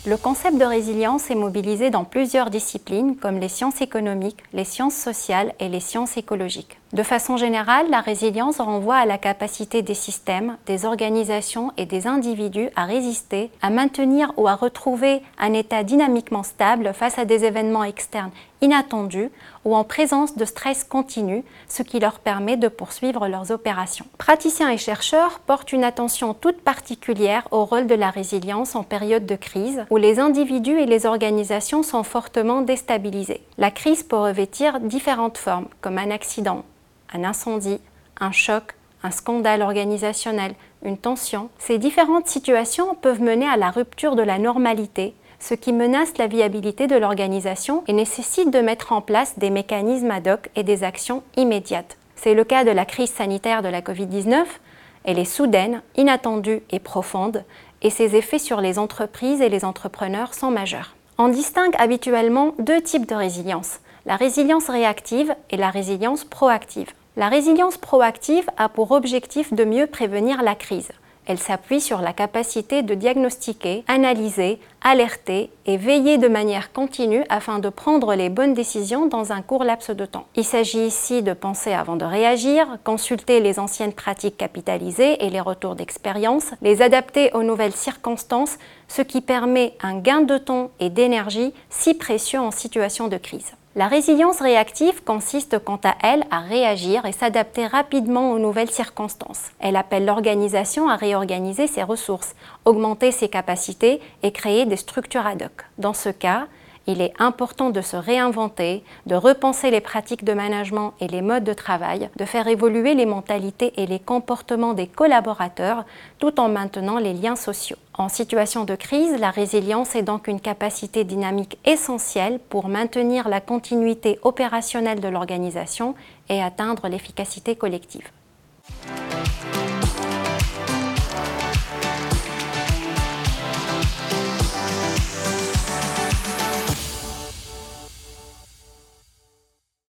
Le concept de résilience est mobilisé dans plusieurs disciplines comme les sciences économiques, les sciences sociales et les sciences écologiques. De façon générale, la résilience renvoie à la capacité des systèmes, des organisations et des individus à résister, à maintenir ou à retrouver un état dynamiquement stable face à des événements externes inattendus ou en présence de stress continu, ce qui leur permet de poursuivre leurs opérations. Praticiens et chercheurs portent une attention toute particulière au rôle de la résilience en période de crise, où les individus et les organisations sont fortement déstabilisés. La crise peut revêtir différentes formes, comme un accident, un incendie, un choc, un scandale organisationnel, une tension. Ces différentes situations peuvent mener à la rupture de la normalité, ce qui menace la viabilité de l'organisation et nécessite de mettre en place des mécanismes ad hoc et des actions immédiates. C'est le cas de la crise sanitaire de la Covid-19. Elle est soudaine, inattendue et profonde, et ses effets sur les entreprises et les entrepreneurs sont majeurs. On distingue habituellement deux types de résilience, la résilience réactive et la résilience proactive. La résilience proactive a pour objectif de mieux prévenir la crise. Elle s'appuie sur la capacité de diagnostiquer, analyser, alerter et veiller de manière continue afin de prendre les bonnes décisions dans un court laps de temps. Il s'agit ici de penser avant de réagir, consulter les anciennes pratiques capitalisées et les retours d'expérience, les adapter aux nouvelles circonstances, ce qui permet un gain de temps et d'énergie si précieux en situation de crise. La résilience réactive consiste quant à elle à réagir et s'adapter rapidement aux nouvelles circonstances. Elle appelle l'organisation à réorganiser ses ressources, augmenter ses capacités et créer des structures ad hoc. Dans ce cas, il est important de se réinventer, de repenser les pratiques de management et les modes de travail, de faire évoluer les mentalités et les comportements des collaborateurs tout en maintenant les liens sociaux. En situation de crise, la résilience est donc une capacité dynamique essentielle pour maintenir la continuité opérationnelle de l'organisation et atteindre l'efficacité collective.